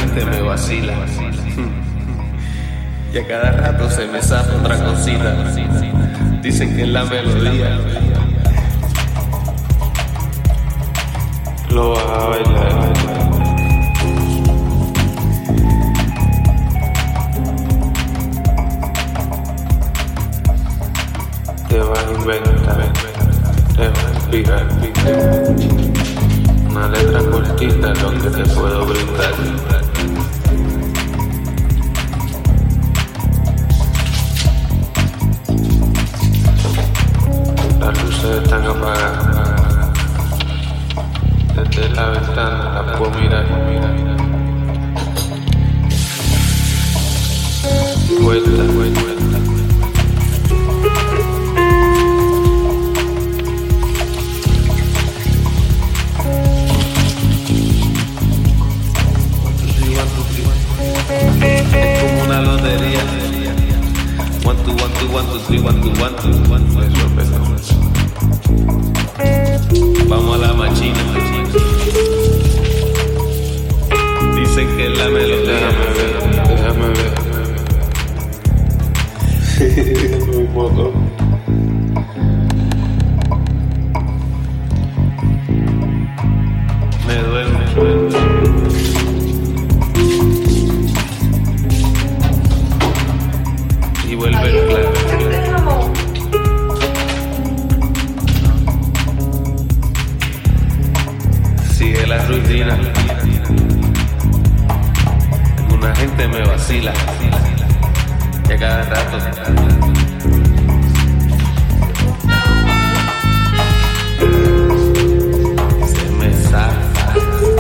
gente me vacila. Y a cada rato se me zafa otra cosita. Dicen que es la melodía. Lo vas a bailar. Te vas a inventar, te vas a inspirar. Una letra cortita es lo que te puedo brindar. Las luces están apagadas. Desde la ventana la puedo mirar. Vuelta, vuelta. Es como una lotería. 1, 2, 1, 2, 1, 2, 3, 1, 2, 1, 2, 1. Eso. Vamos a la machina. Dicen que es la melodía. Déjame ver. Mi foto. Me duerme. Y vuelve el claro. Sigue la rutina. Alguna gente me vacila. Y a cada rato se me zafa.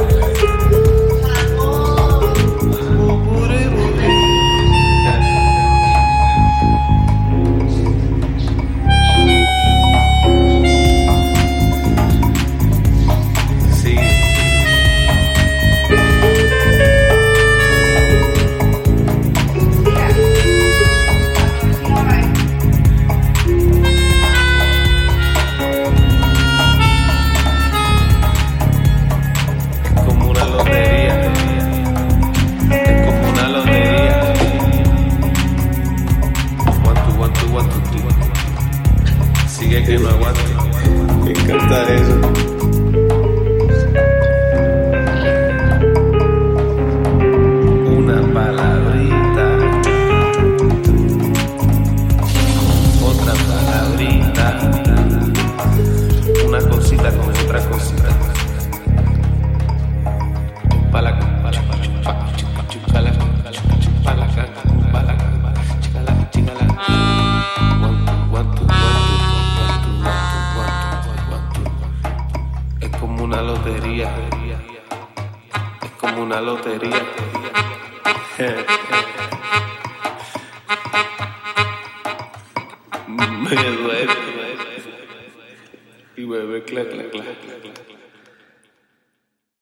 Sigue que no aguante. Me encanta eso. Una palabrita, otra palabrita, una cosita con otra cosita. Es como una lotería. Es como una lotería. Me duele. Y bebé, clac, clac, clac.